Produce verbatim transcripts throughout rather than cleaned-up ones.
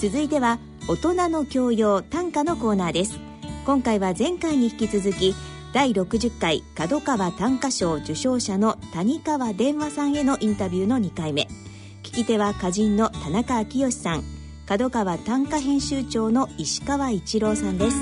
続いては大人の教養短歌のコーナーです。今回は前回に引き続きだいろくじゅっかい角川短歌賞受賞者の谷川伝和さんへのインタビューのにかいめ。聞き手は歌人の田中昭義さん、角川短歌編集長の石川一郎さんです。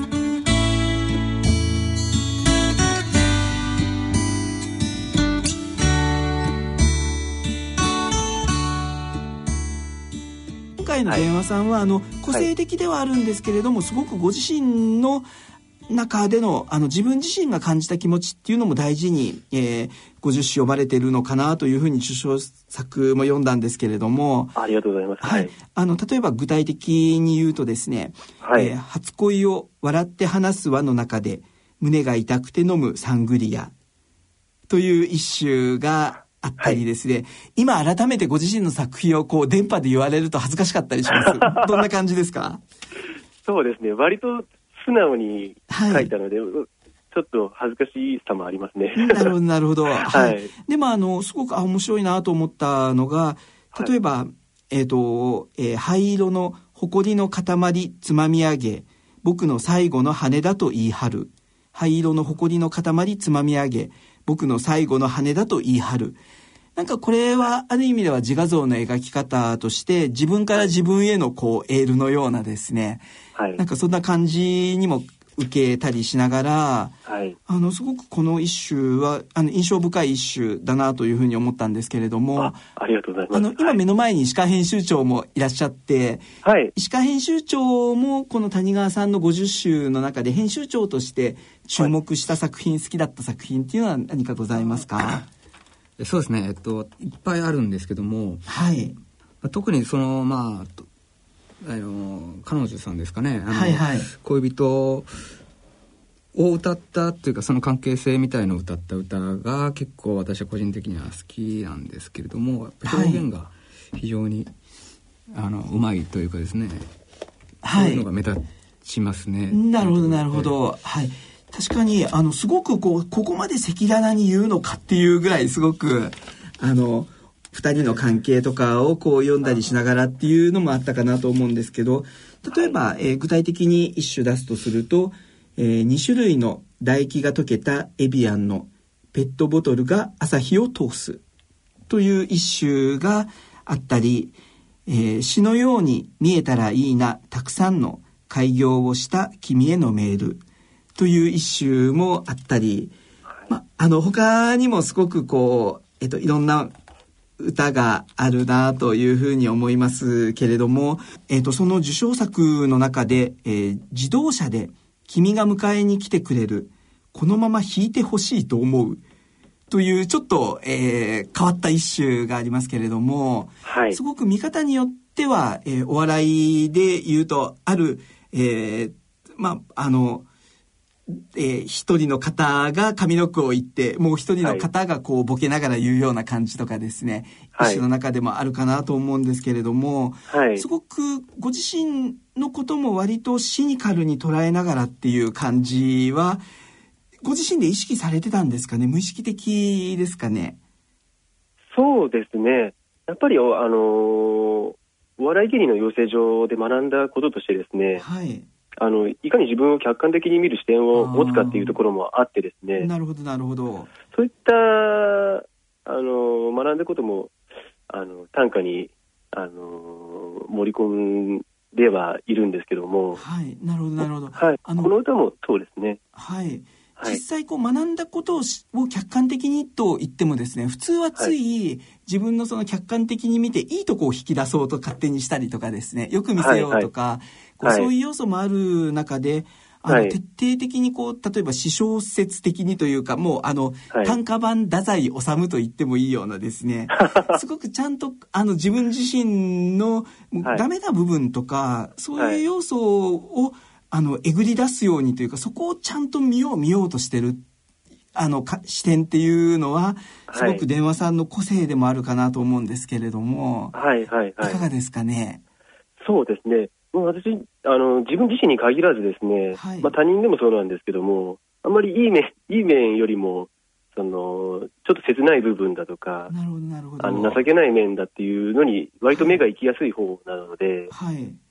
今回の伝和さんは、はい、あの個性的ではあるんですけれども、はい、すごくご自身の中での、あの自分自身が感じた気持ちっていうのも大事に、えー、ごじゅっし読まれているのかなというふうに受賞作も読んだんですけれども、 ありがとうございます、 はい、あの例えば具体的に言うとですね、はい、えー、初恋を笑って話す輪の中で胸が痛くて飲むサングリアという一首があったりですね、はい、今改めてご自身の作品をこう電波で言われると恥ずかしかったりしますどんな感じですか？ そうですね、割と素直に書いたので、はい、ちょっと恥ずかしさもありますね。 なるほどなるほど、はいはい、 でもあのすごくあ面白いなと思ったのが、例えば、はい、えーとえー、灰色の埃の塊つまみ上げ僕の最後の羽だと言い張る、灰色の埃の塊つまみ上げ僕の最後の羽だと言い張る。なんかこれはある意味では自画像の描き方として自分から自分へのこうエールのようなですね、はい、なんかそんな感じにも受けたりしながら、はい、あのすごくこの一首はあの印象深い一首だなというふうに思ったんですけれども、 あ, ありがとうございます。 あの今目の前に石川編集長もいらっしゃって、はい、石川編集長もこの谷川さんのごじゅっ首の中で編集長として注目した作品、はい、好きだった作品っていうのは何かございますか？ そうですね、えっと、いっぱいあるんですけども、 はい、 特にそのまああの彼女さんですかね、あの、 はいはい、 恋人を歌ったっていうかその関係性みたいのを歌った歌が結構私は個人的には好きなんですけれども、やっぱ表現が非常に、はい、あのうまいというかですね、はい、そういうのが目立ちますね。 なるほどなるほど、はい、確かにあのすごくこうここまで赤裸々に言うのかっていうぐらいすごくあの二人の関係とかをこう読んだりしながらっていうのもあったかなと思うんですけど、例えば、えー、具体的に一首出すとすると、えー、に種類の唾液が溶けたエビアンのペットボトルが朝日を通すという一首があったり、えー、詩のように見えたらいいなたくさんの開業をした君へのメールという一首もあったり、ま、あの他にもすごくこう、えっと、いろんな歌があるなというふうに思いますけれども、えっと、その受賞作の中で、えー、自動車で君が迎えに来てくれるこのまま弾いてほしいと思うというちょっと、えー、変わった一首がありますけれども、はい、すごく見方によっては、えー、お笑いで言うとある、えー、まああのえー、一人の方が上の句を言ってもう一人の方がこうボケながら言うような感じとかですね、はい、一首の中でもあるかなと思うんですけれども、はい、すごくご自身のことも割とシニカルに捉えながらっていう感じはご自身で意識されてたんですかね？無意識的ですかね？ そうですね、やっぱりあのー、お笑い芸人の養成所で学んだこととしてですね、はい、あのいかに自分を客観的に見る視点を持つかっていうところもあってですね。 なるほどなるほど。 そういったあの学んだこともあの短歌にあの盛り込んではいるんですけども。 はい、なるほどなるほど。 はい、あのこの歌もそうですね。 はい。実際こう学んだことを客観的にと言ってもですね、普通はつい自分のその客観的に見ていいとこを引き出そうと勝手にしたりとかですね、よく見せようとか、はいはい、こうそういう要素もある中で、あの徹底的にこう例えば詩小説的にというかもうあの、はい、短歌版太宰治と言ってもいいようなですねすごくちゃんとあの自分自身のダメな部分とか、はい、そういう要素をあのえぐり出すようにというかそこをちゃんと見よう見ようとしてるあのか視点っていうのはすごく伝和さんの個性でもあるかなと思うんですけれども、 はいはいはい、 いかがですかね？ そうですね、もう私あの自分自身に限らずですね、はい、まあ、他人でもそうなんですけども、あんまりいい面いい面よりもそのちょっと切ない部分だとか、 なるほどなるほど、 あの情けない面だっていうのに割と目が行きやすい方なので、 はい、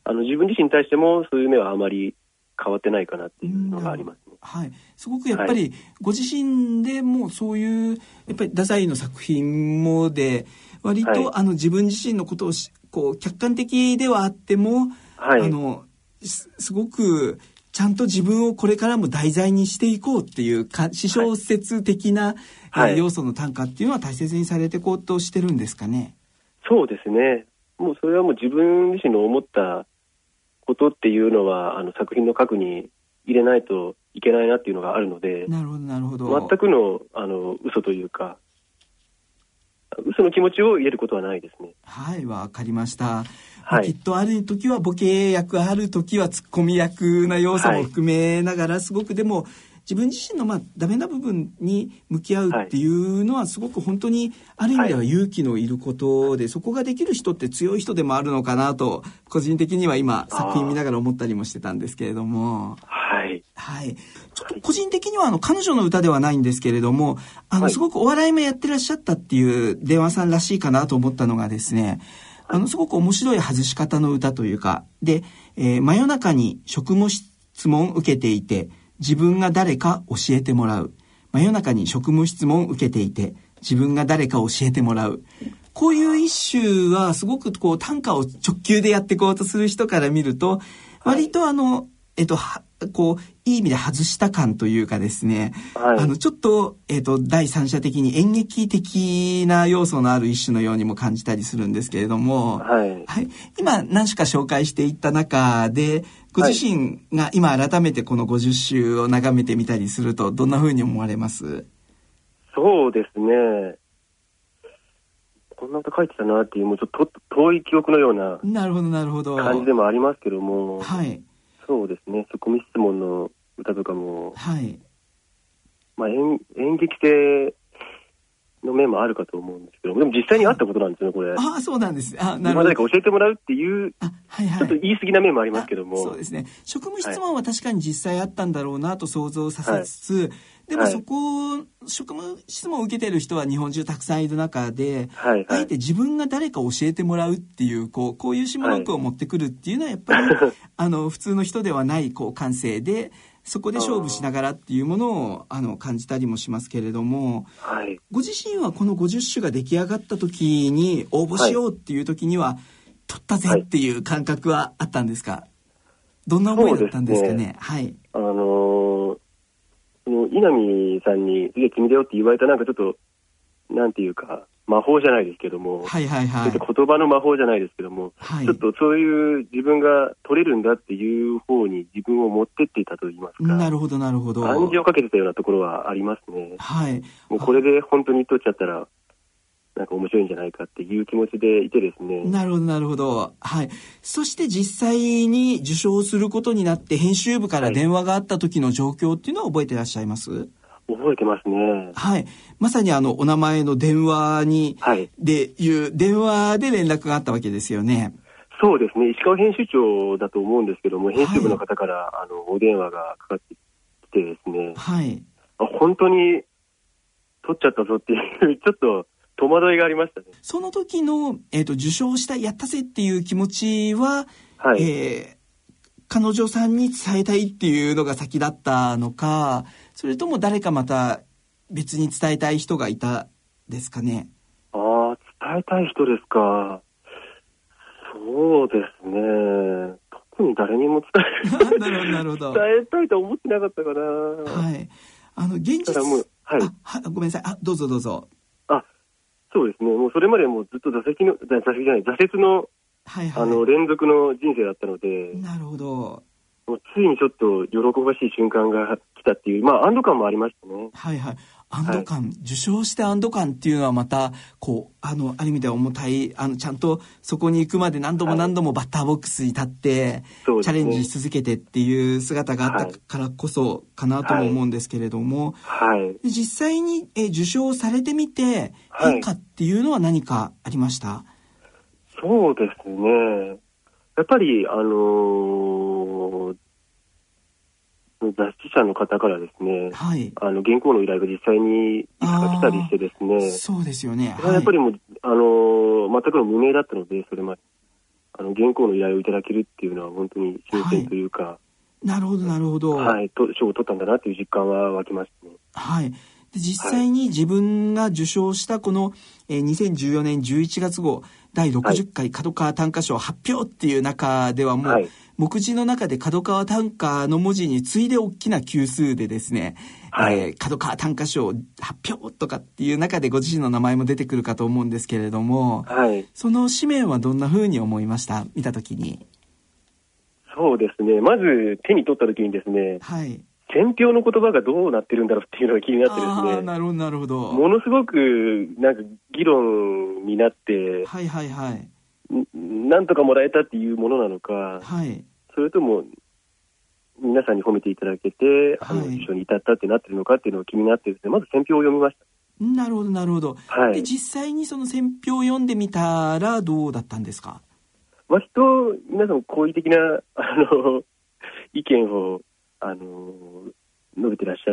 あの自分自身に対してもそういう目はあまり変わってないかなっていうのがありますね。 はい、すごくやっぱりご自身でもそういうやっぱり太宰の作品もで割と、はい、あの自分自身のことをこう客観的ではあっても、はい、あの す, すごくちゃんと自分をこれからも題材にしていこうっていうか私小説的な、はい、要素の短歌っていうのは大切にされていこうとしてるんですかね。 そうですね。もうそれはもう自分自身の思ったことっていうのはあの作品の核に入れないといけないなっていうのがあるので、 なるほどなるほど、 全くのあの嘘というか嘘の気持ちを言えることはないですね。 はい、わかりました。はい、きっとある時はボケ役、ある時はツッコミ役な要素も含めながら、はい、すごくでも自分自身のまあダメな部分に向き合うっていうのはすごく本当にある意味では勇気のいることで、はい、そこができる人って強い人でもあるのかなと個人的には今作品見ながら思ったりもしてたんですけれども、 はいはい、ちょっと個人的にはあの彼女の歌ではないんですけれども、あのすごくお笑いもやってらっしゃったっていう電話さんらしいかなと思ったのがですね、あのすごく面白い外し方の歌というかで、えー、真夜中に職務質問受けていて自分が誰か教えてもらう。真夜中に職務質問受けていて自分が誰か教えてもらう。こういう一首はすごくこう短歌を直球でやっていこうとする人から見ると割とあのえっとこういい意味で外した感というかですね、はい、あのちょっと、えっと、第三者的に演劇的な要素のある一種のようにも感じたりするんですけれども、 はいはい、今何種か紹介していった中でご自身が今改めてこのごじゅっ首を眺めてみたりするとどんな風に思われます？ そうですね、こんな歌書いてたなっていうもうちょっと遠い記憶のようななるほどなるほど感じでもありますけども、 はい、 そうですね、ツッコミ質問の歌とかも、 はい、 まあ、演, 演劇性の面もあるかと思うんですけど、でも実際にあったことなんですよね、これ。 ああ、そうなんです。あ、なるほど。 誰か教えてもらうっていう、 あ、はいはい、 ちょっと言い過ぎな面もありますけども。 そうですね。職務質問は確かに実際あったんだろうなと想像させつつ、はい、でもそこ、はい、職務質問を受けてる人は日本中たくさんいる中で、はいはい、あえて自分が誰か教えてもらうっていう、こう、こういう下の句を持ってくるっていうのはやっぱり、はい、あの、普通の人ではない、こう、感性で、そこで勝負しながらっていうものをあの感じたりもしますけれども、 はい、 ご自身はこのごじゅっ首が出来上がった時に応募しようっていう時には、はい、取ったぜっていう感覚はあったんですか？どんな思いだったんですかね？ ね、 はい、 あのー、稲見さんに次君だよって言われたなんかちょっとなんていうか魔法じゃないですけども、 はいはいはい、 言葉の魔法じゃないですけども、はい、ちょっとそういう自分が取れるんだっていう方に自分を持ってっていたと言いますか、 なるほどなるほど、 暗示をかけてたようなところはありますね。 はい、 もうこれで本当に取っちゃったらなんか面白いんじゃないかっていう気持ちでいてですね。 なるほどなるほど、はい。そして実際に受賞することになって編集部から電話があった時の状況っていうのは覚えていらっしゃいます？はい、 覚えてますね。 はい、まさにあのお名前の電話に、はい、でいう電話で連絡があったわけですよね。 そうですね、石川編集長だと思うんですけども、編集部の方から、はい、あのお電話がかかってきてですね、 はい、 あ本当に取っちゃったぞっていうちょっと戸惑いがありましたね。 その時の、えーと、受賞したやったぜっていう気持ちは、はい、えー彼女さんに伝えたいっていうのが先だったのか、それとも誰かまた別に伝えたい人がいたですかね？ ああ、伝えたい人ですか。そうですね、特に誰にも伝えなるほどなるほど伝えたいと思ってなかったかな。 はい、あの現実もう、はい、 あはごめんなさい、あどうぞどうぞ。 あそうですね、もうそれまでもうずっと座席の座席じゃない挫折のはいはい、あの連続の人生だったので、 なるほど、 もうついにちょっと喜ばしい瞬間が来たっていう、まあ安堵感もありましたね。 はいはい、安堵感、はい、受賞して安堵感っていうのはまたこうあのある意味では重たい、あのちゃんとそこに行くまで何度も何度もバッターボックスに立って、はい、チャレンジし続けてっていう姿があったからこそかなとも思うんですけれども、 はいはい、 実際にえ受賞されてみて変化っていうのは何かありました？はい、 そうですね、やっぱりあのー、雑誌社の方からですね、はい、あの原稿の依頼が実際にいくつか来たりしてですね、 そうですよね、 はい、やっぱりもう、あのー、全くの無名だったので、それまであの原稿の依頼をいただけるっていうのは本当に新鮮というか、はい、 なるほどなるほど、 はい、と賞を取ったんだなという実感は湧きますね。 はい。で実際に自分が受賞したこの、えー、にせんじゅうよねんじゅういちがつ号だいろくじゅっかい角川短歌賞発表っていう中ではもう、はい、目次の中で角川短歌の文字に次いで大きな級数でですね、はい、えー、角川短歌賞発表とかっていう中でご自身の名前も出てくるかと思うんですけれども、はい、その紙面はどんな風に思いました？見たときに。 そうですね、まず手に取ったときにですね、はい、選評の言葉がどうなってるんだろうっていうのが気になってですね。 あ、なるほどなるほど。 ものすごくなんか議論になって、 はいはいはい、 なんとかもらえたっていうものなのか、はい、それとも皆さんに褒めていただけて、はい、あの受賞に至ったってなってるのかっていうのが気になってですね、まず選評を読みました。 なるほどなるほど、はい、で実際にその選評を読んでみたらどうだったんですか？ 割と皆さん好意的なあの意見をあの述べてらっしゃって、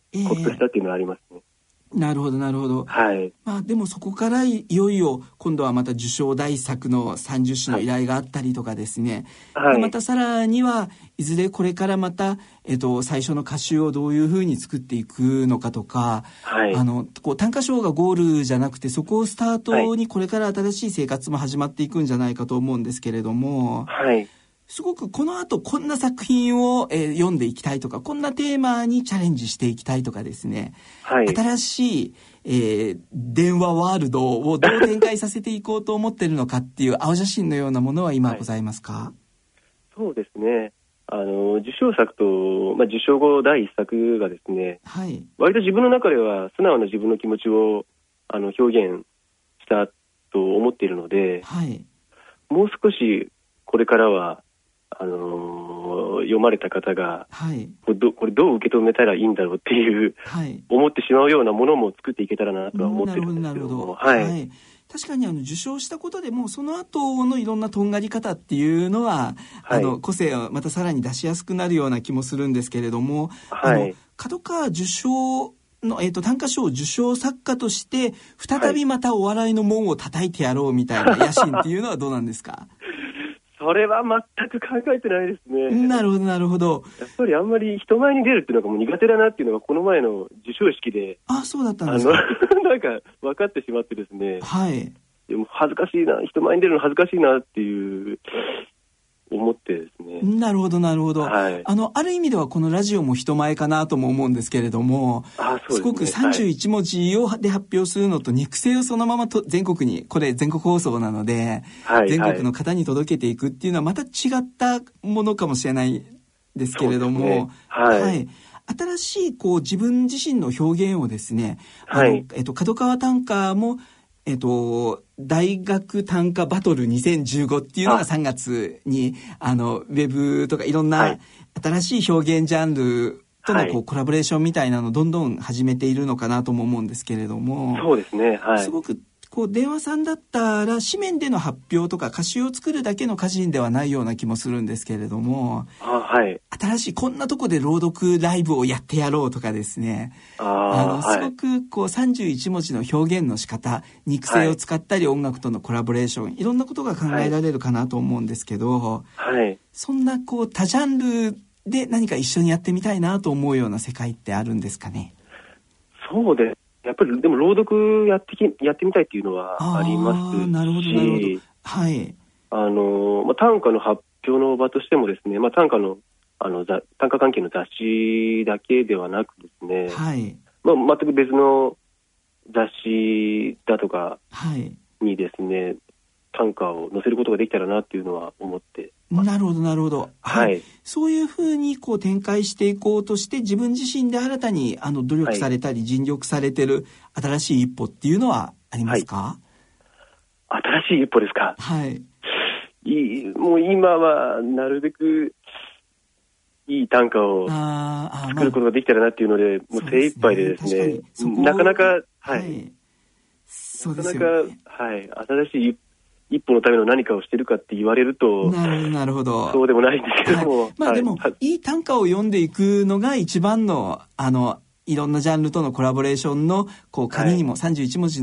えー、ほっとしたっていうのはありますね。 なるほどなるほど、 はい。 まあ、でもそこからいよいよ今度はまた受賞大作のさんじゅっしゅの依頼があったりとかですね、はい、またさらにはいずれこれからまた、えっと、最初の歌集をどういうふうに作っていくのかとか、はい、あのこう短歌賞がゴールじゃなくてそこをスタートにこれから新しい生活も始まっていくんじゃないかと思うんですけれども、はい、すごくこの後こんな作品を、えー、読んでいきたいとか、こんなテーマにチャレンジしていきたいとかですね、はい、新しい、えー、電話ワールドをどう展開させていこうと思っているのかっていう青写真のようなものは今ございますか？はい、 そうですね、あの受賞作と、まあ、受賞後第一作がですね、はい、割と自分の中では素直な自分の気持ちをあの表現したと思っているので、はい、もう少しこれからはあのー、読まれた方が、はい、これど、これどう受け止めたらいいんだろうっていう、はい、思ってしまうようなものも作っていけたらなとは思ってるんですけども、はいはい、 確かにあの受賞したことでもその後のいろんなとんがり方っていうのは、はい、あの個性をまたさらに出しやすくなるような気もするんですけれども、はい、あの角川受賞の、えーと、短歌賞受賞作家として再びまたお笑いの門を叩いてやろうみたいな野心っていうのはどうなんですか？ それは全く考えてないですね。 なるほどなるほど。 やっぱりあんまり人前に出るっていうのがもう苦手だなっていうのがこの前の授賞式で、 あ、そうだったんですか。 あのなんか分かってしまってですね、 はい、 でも恥ずかしいな、人前に出るの恥ずかしいなっていう思ってですね。 なるほどなるほど、はい、あのある意味ではこのラジオも人前かなとも思うんですけれども、あ、そうですね、すごくさんじゅういち文字をで発表するのと肉声をそのままと全国に、これ全国放送なので、はい、全国の方に届けていくっていうのはまた違ったものかもしれないですけれども、ね、はい、はい、新しいこう自分自身の表現をですね、あの、はい、えっと、角川短歌もえっと、大学短歌バトルにせんじゅうごっていうのがさんがつにあのウェブとかいろんな新しい表現ジャンルとのこう、はい、コラボレーションみたいなのをどんどん始めているのかなとも思うんですけれども、 そうですね、はい、 すごくこう電話さんだったら紙面での発表とか歌集を作るだけの歌人ではないような気もするんですけれども、あ、はい、新しいこんなとこで朗読ライブをやってやろうとかですね、ああのすごくこうさんじゅういち文字の表現の仕方、肉声を使ったり音楽とのコラボレーション、はい、いろんなことが考えられるかなと思うんですけど、はい、そんなこう多ジャンルで何か一緒にやってみたいなと思うような世界ってあるんですかね？ そうです、やっぱりでも朗読やってきやってみたいっていうのはありますし、 なるほどなるほど、はい、 あの、まあ、短歌の発表の場としてもですね、まあ、短歌のあの短歌関係の雑誌だけではなくですね、はい、まあ、全く別の雑誌だとかにですね、はい、短歌を載せることができたらなっていうのは思ってます。 なるほどなるほど、はいはい、そういうふうにこう展開していこうとして自分自身で新たにあの努力されたり尽力されてる新しい一歩っていうのはありますか？ はい、新しい一歩ですか？はい、いい、もう今はなるべくいい短歌を作ることができたらなっていうので、もう精一杯でですね、なかなか、はい、はい、そうですよね、なかなか、はい、新しい一歩のための何かをしてるかって言われると、 なるほどなるほど、 そうでもないんですけども、はい、 まあでも、はい、いい短歌を読んでいくのが一番のあのいろんなジャンルとのコラボレーションのこう紙にもさんじゅういち文字の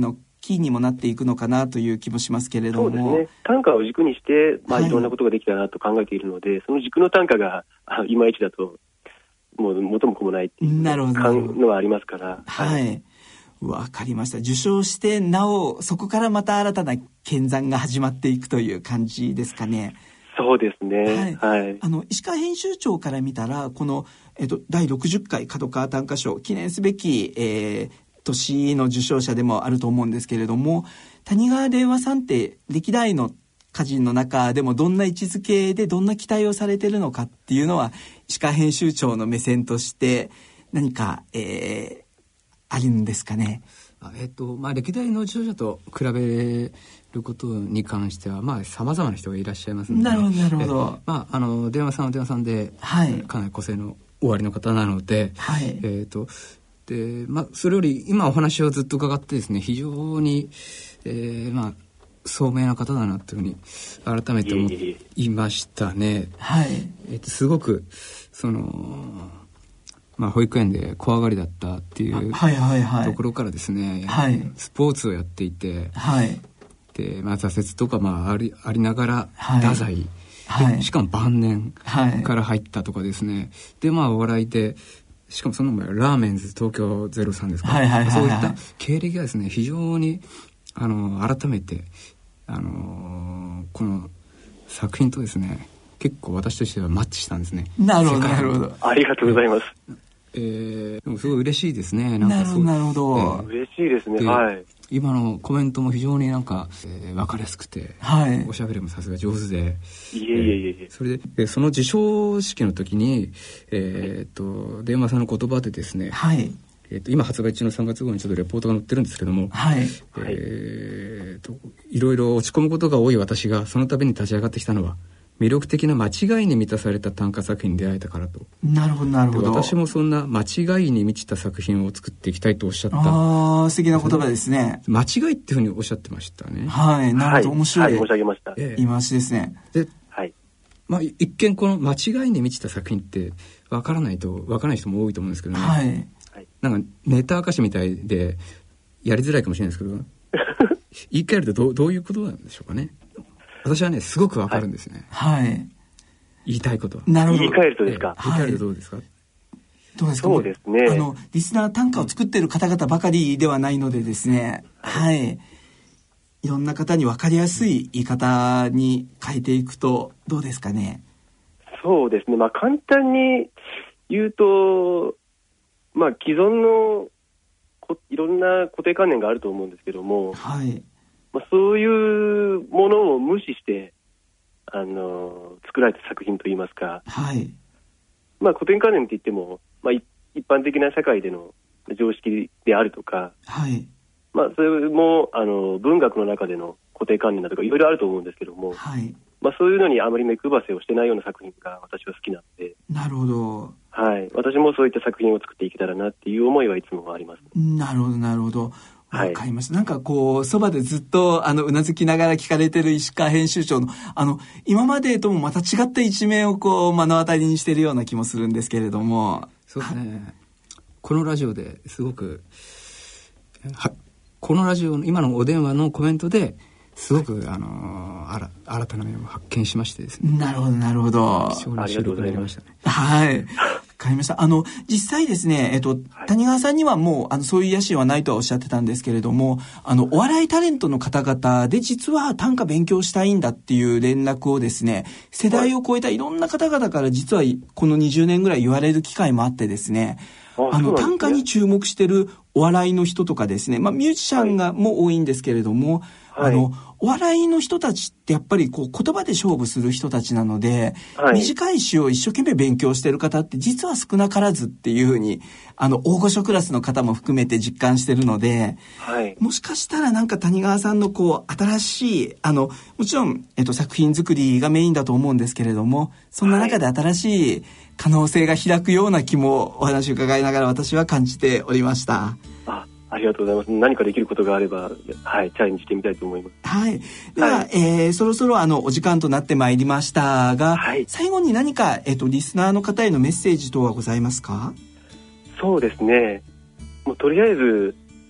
キーにもなっていくのかなという気もしますけれども。 そうですね。単価を軸にして、まあ、いろんなことができたなと考えているので、はい、その軸の単価がいまいちだともう元も子もないっていうのはありますから。 はい。わ、はい、かりました。受賞してなおそこからまた新たな研鑽が始まっていくという感じですかね。 そうですね。はい。はい、 あの石川編集長から見たらこの、えっと、だいろくじゅっかい角川短歌賞記念すべき、えー、年の受賞者でもあると思うんですけれども、谷川電話さんって歴代の歌人の中でもどんな位置づけでどんな期待をされているのかっていうのは石川編集長の目線として何か、えー、あるんですかね。 えっとまあ、歴代の受賞者と比べることに関してはまあ様々な人がいらっしゃいますので、 なるほどなるほど、 まあ、あの電話さんは電話さんで、はい、かなり個性のおありの方なので、はい、えっとでまあ、それより今お話をずっと伺ってですね非常に、えー、まあ聡明な方だなというふうに改めて思いましたね。はい、えー、とすごくその、まあ、保育園で怖がりだったっていうところからですね、はい、スポーツをやっていて、はい、で、まあ、挫折とか、まあ、あり、ありながら太宰、はい、しかも晩年から入ったとかですね、はい、でまあお笑いでしかもその前ラーメンズ東京ゼロさんですか、はいはいはいはい、そういった経歴がですね非常にあの改めて、あのー、この作品とですね結構私としてはマッチしたんですね。 なるほどなるほど、 ありがとうございます。 えー、でもすごい嬉しいですね。なんかそうなるほど、えー、嬉しいですね。はい。 今のコメントも非常になんか、えー、分かりやすくて、はい、おしゃべりもさすが上手で、 いえいえいえいえ、 それで、えー、その授賞式の時に、えー、っと電話さんの言葉でですね、はい、えー、っと今発売中のさんがつ号にちょっとレポートが載ってるんですけども、はい、えー、っといろいろ落ち込むことが多い私がその度に立ち上がってきたのは魅力的な間違いに満たされた短歌作品に出会えたからと。 なるほどなるほど。 私もそんな間違いに満ちた作品を作っていきたいとおっしゃった。 ああ、素敵な言葉ですね。 間違いっていうふうにおっしゃってましたね。 はい、なるほど、面白い、 はい、申し上げました。 ええ、言い回しですね。 で、はい、まあ一見この間違いに満ちた作品ってわからないとわからない人も多いと思うんですけどね。はい。なんかネタ明かしみたいでやりづらいかもしれないですけど、言い換えるとどうどういうことなんでしょうかね。私はねすごくわかるんですね。はい。言いたいことは。 なるほど。言い換えるとですか。 言い換えるとどうですか。はい、 どうですか。 そうですね。 あのリスナー短歌を作っている方々ばかりではないのでですね。はい。はい、いろんな方に分かりやすい言い方に変えていくとどうですかね。 そうですね。まあ簡単に言うと、まあ既存のこいろんな固定観念があると思うんですけども。はい。まあ、そういうものを無視してあの作られた作品といいますか、はい、まあ、古典観念といっても、まあ、一般的な社会での常識であるとか、はい、まあ、それもあの文学の中での固定観念だとかいろいろあると思うんですけども、はい、まあ、そういうのにあまり目配せをしてないような作品が私は好きなので。 なるほど、 はい、私もそういった作品を作っていけたらなっていう思いはいつもあります。 なるほどなるほど、わかりました。はい、なんかこうそばでずっとあのうなずきながら聞かれてる石川編集長のあの今までともまた違った一面をこう目の当たりにしているような気もするんですけれども。 そうですね。このラジオですごくはこのラジオの今のお電話のコメントですごく、はい、あのあら新たな面を発見しましてですね。 なるほどなるほど。 貴重な収録になりましたね。 はい。わかりました。あの実際ですね、えっと、谷川さんにはもうあのそういう野心はないとはおっしゃってたんですけれども、あのお笑いタレントの方々で実は短歌勉強したいんだっていう連絡をですね、世代を超えたいろんな方々から実はこのにじゅうねんぐらい言われる機会もあってですね、あの短歌に注目してるお笑いの人とかですね、まあミュージシャンがも多いんですけれども、はい、あのお笑いの人たちってやっぱりこう言葉で勝負する人たちなので、はい、短い詩を一生懸命勉強してる方って実は少なからずっていうふうにあの大御所クラスの方も含めて実感してるので、はい、もしかしたらなんか谷川さんのこう新しいあのもちろん、えっと、作品作りがメインだと思うんですけれども、そんな中で新しい可能性が開くような気もお話を伺いながら私は感じておりました。 あありがとうございます。何かできることがあれば、はい、チャレンジしてみたいと思います。 はい。では、はい、えー、そろそろあのお時間となってまいりましたが、はい、最後に何か、えっと、リスナーの方へのメッセージ等はございますか？ そうですね。もうとりあえず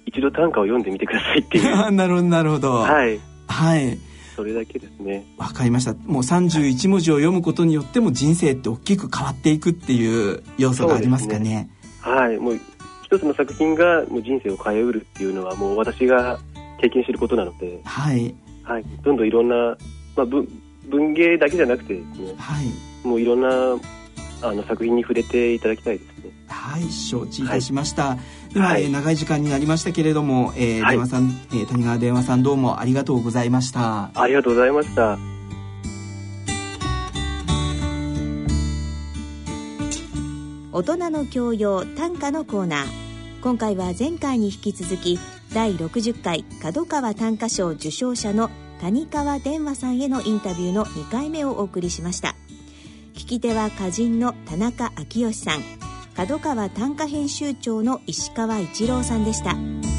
一度短歌を読んでみてくださいっていうなるほどなるほど、 はいはい、 それだけですね。 わかりました。もうさんじゅういち文字を読むことによっても人生って大きく変わっていくっていう要素がありますかね。 はい、もう一つの作品がもう人生を変えうるっていうのはもう私が経験していることなので、 はいはい、どんどんいろんな、まあ、文, 文芸だけじゃなくてですね、 はい、 もういろんなあの作品に触れていただきたいですね。 はい、承知いたしました、はい、では、 はい、 えー、長い時間になりましたけれども、えーはい、電話さん、えー、谷川電話さんどうもありがとうございました。 ありがとうございました。 大人の教養短歌のコーナー、今回は前回に引き続きだいろくじゅっかい角川短歌賞受賞者の谷川伝和さんへのインタビューのにかいめをお送りしました。聞き手は歌人の田中昭義さん、角川短歌編集長の石川一郎さんでした。